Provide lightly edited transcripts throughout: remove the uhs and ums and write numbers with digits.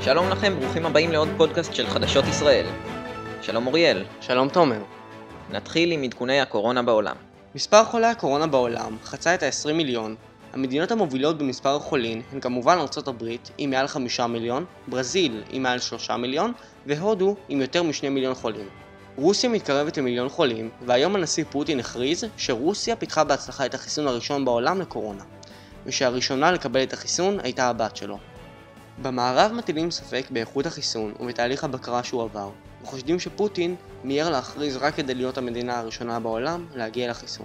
שלום לכם, ברוכים הבאים לעוד פודקאסט של חדשות ישראל. שלום אוריאל. שלום תומר. נתחיל עם עדכוני הקורונה בעולם. מספר חולי הקורונה בעולם חצה את ה-20 מיליון. המדינות המובילות במספר החולים הן כמובן ארצות הברית עם מעל 5 מיליון, ברזיל עם מעל 3 מיליון והודו עם יותר מ2 מיליון חולים. רוסיה מתקרבת למיליון חולים, והיום הנשיא פוטין הכריז שרוסיה פיתחה בהצלחה את החיסון הראשון בעולם לקורונה, ושהראשונה לקבל את החיסון הייתה הבת שלו. במערב מטילים ספק באיכות החיסון ובתהליך הבקרה שהוא עבר, וחושדים שפוטין מיהר להכריז רק כדי להיות המדינה הראשונה בעולם להגיע לחיסון.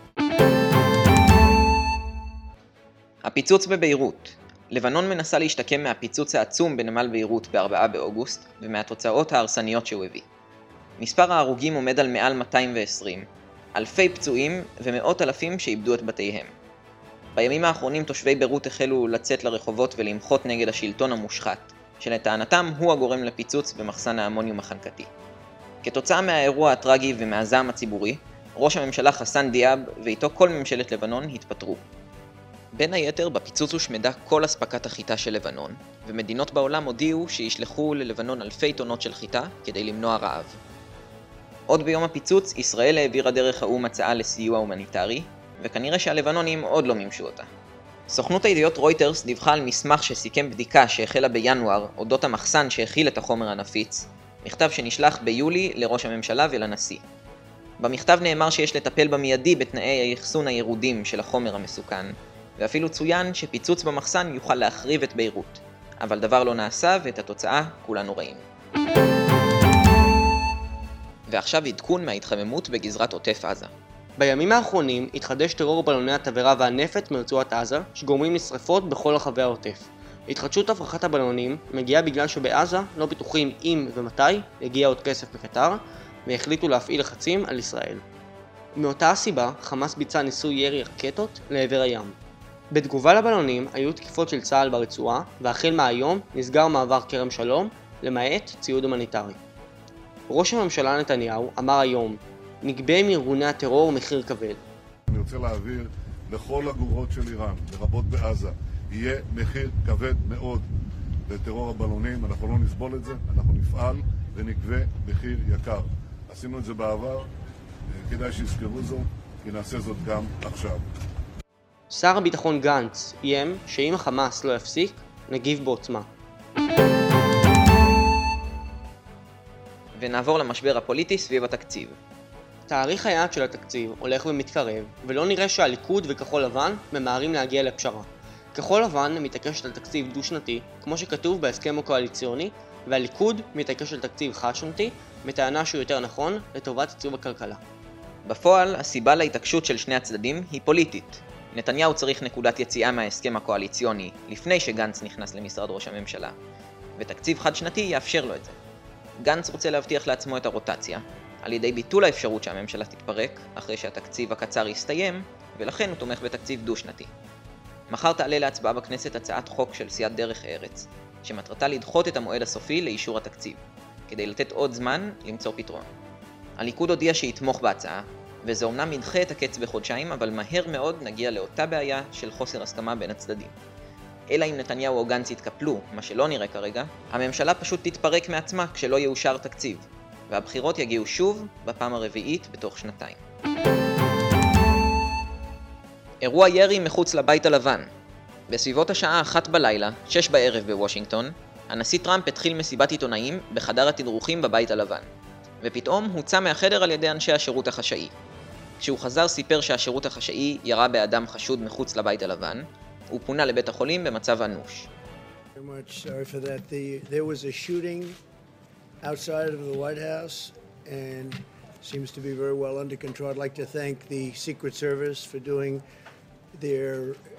הפיצוץ בביירות. לבנון מנסה להשתקם מהפיצוץ העצום בנמל ביירות ב-4 באוגוסט ומהתוצאות ההרסניות שהוא הביא. מספר ההרוגים עומד על מעל 220, אלפי פצועים ומאות אלפים שאיבדו את בתיהם. בימים האחרונים תושבי ביירות החלו לצאת לרחובות ולמחות נגד השלטון המושחת, שלטענתם הוא הגורם לפיצוץ במחסן האמוניום החנקתי. כתוצאה מהאירוע הטרגי ומהזעם הציבורי, ראש הממשלה חסן דיאב ואיתו כל ממשלת לבנון התפטרו. בין היתר, בפיצוץ הושמדה כל אספקת החיטה של לבנון, ומדינות בעולם הודיעו שישלחו ללבנון אלפי טונות של חיטה כדי למנוע רעב. עוד ביום הפיצוץ, ישראל העבירה דרך האו"ם הצעה לסיוע הומניטרי, וכנראה שהלבנונים עוד לא מימשו אותה. סוכנות הידיעות רויטרס דיווחה על מסמך שסיכם בדיקה שהחלה בינואר אודות המחסן שהכיל את החומר הנפיץ, מכתב שנשלח ביולי לראש הממשלה ולנשיא. במכתב נאמר שיש לטפל במיידי בתנאי האחסון הירודים של החומר המסוכן, ואפילו צוין שפיצוץ במחסן יוכל להחריב את ביירות, אבל דבר לא נעשה ואת התוצאה כולנו רואים. ועכשיו עדכון מההתחממות בגזרת עוטף עזה. בימים האחרונים התחדש טרור בלוני התבערה והנפט מרצועת עזה שגורמים לשרפות בכל רחבי העוטף. התחדשות הברחת הבלונים מגיעה בגלל שבעזה לא בטוחים אם ומתי יגיע עוד כסף מקטר, והחליטו להפעיל לחצים על ישראל. מאותה הסיבה חמאס ביצע ניסוי ירי רקטות לעבר הים. בתגובה לבלונים היו תקיפות של צה"ל ברצועה, והחל מהיום נסגר מעבר כרם שלום למעט ציוד הומניטרי. ראש הממשלה נתניהו אמר היום, נגבה מארגוני הטרור מחיר כבד. אני רוצה להעביר לכל הגורות של איראן, לרבות בעזה, יהיה מחיר כבד מאוד לטרור הבלונים. אנחנו לא נסבול את זה, אנחנו נפעל ונגבה מחיר יקר. עשינו את זה בעבר, כדאי שיזכרו זאת, כי נעשה זאת גם עכשיו. שר הביטחון גנץ איים שאם החמאס לא יפסיק, נגיב בעוצמה. ונעבור למשבר הפוליטי סביב התקציב. תאריך היעד של התקציב הולך ומתקרב, ולא נראה שהליכוד וכחול לבן ממהרים להגיע לפשרה. כחול לבן מתעקשת על תקציב דו-שנתי, כמו שכתוב בהסכם הקואליציוני, והליכוד מתעקש על תקציב חד-שנתי, בטענה שהוא יותר נכון לטובת ייצוב הכלכלה. בפועל, הסיבה להתעקשות של שני הצדדים היא פוליטית. נתניהו צריך נקודת יציאה מההסכם הקואליציוני לפני שגנץ נכנס למשרד ראש הממשלה, ותקציב חד-שנתי יאפשר לו את זה. גנץ רוצה להבטיח לעצמו את הרוטציה, על ידי ביטול האפשרות שהממשלה תתפרק אחרי שהתקציב הקצר יסתיים, ולכן הוא תומך בתקציב דו-שנתי. מחר תעלה להצבעה בכנסת הצעת חוק של סיעת דרך ארץ, שמטרתה לדחות את המועד הסופי לאישור התקציב, כדי לתת עוד זמן למצוא פתרון. הליכוד הודיע שיתמוך בהצעה, וזה אומנם ידחה את הקץ בחודשיים, אבל מהר מאוד נגיע לאותה בעיה של חוסר הסכמה בין הצדדים. אלא אם נתניהו או גנץ יתקפלו, מה שלא נראה כרגע, הממשלה פשוט תתפרק מעצמה כשלא יאושר תקציב, והבחירות יגיעו שוב בפעם הרביעית בתוך שנתיים. אירוע ירי מחוץ לבית הלבן. בסביבות השעה 1 בלילה, 6 בערב בוושינגטון, הנשיא טראמפ התחיל מסיבת עיתונאים בחדר התדרוכים בבית הלבן, ופתאום הוצא מהחדר על ידי אנשי השירות החשאי. כשהוא חזר סיפר שהשירות החשאי ירה באדם חשוד מחוץ לבית הלבן, הוא פונה לבית החולים במצב אנוש. Outside of the White House and seems to be very well under control. I'd like to thank the Secret Service for doing their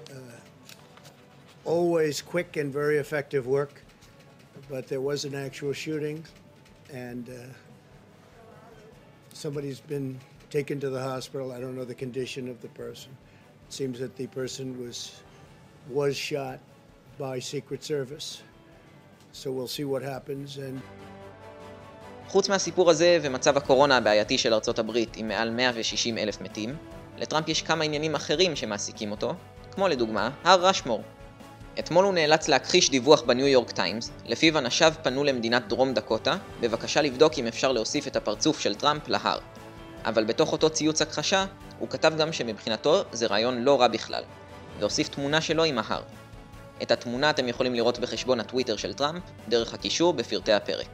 always quick and very effective work. But there was an actual shooting and somebody's been taken to the hospital. I don't know the condition of the person. It seems that the person was shot by Secret Service. So we'll see what happens and חוץ מהסיפור הזה ומצב הקורונה הבעייתי של ארצות הברית עם מעל 160,000 מתים, לטראמפ יש כמה עניינים אחרים שמעסיקים אותו, כמו לדוגמה הר רשמור. אתמול הוא נאלץ להכחיש דיווח בניו יורק טיימס, לפיו אנשיו פנו למדינת דרום דקוטה, בבקשה לבדוק אם אפשר להוסיף את הפרצוף של טראמפ להר. אבל בתוך אותו ציוץ הכחשה, הוא כתב גם שמבחינתו זה רעיון לא רע בכלל, והוסיף תמונה שלו עם ההר. את התמונה אתם יכולים לראות בחשבון הטוויטר של טראמפ, דרך הקישור בפרטי הפרק.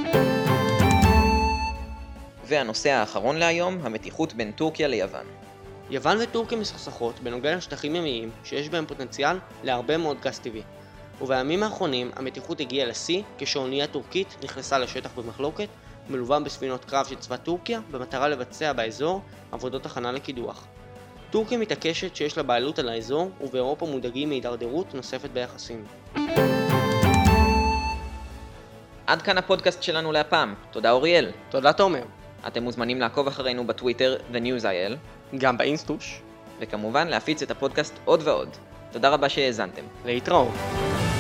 והנושא האחרון להיום, המתיחות בין טורקיה ליוון. יוון וטורקיה מסכסכות בנוגע לשטחים ימיים שיש בהם פוטנציאל להרבה מאוד גז טבעי. ובימים האחרונים המתיחות הגיעה לשיא כשאונייה טורקית נכנסה לשטח במחלוקת, מלווה בספינות קרב של צבא טורקיה במטרה לבצע באזור עבודות הכנה לקידוח. טורקיה מתעקשת שיש לה בעלות על האזור, ובאירופה מודאגים מהידרדרות נוספת ביחסים. עד כאן הפודקאסט שלנו להפעם. תודה אוריאל. תודה תומר. אתם מוזמנים לעקוב אחרינו בטוויטר TheNewsIL, גם באינסטוש. וכמובן להפיץ את הפודקאסט עוד ועוד. תודה רבה שהאזנתם. להתראות.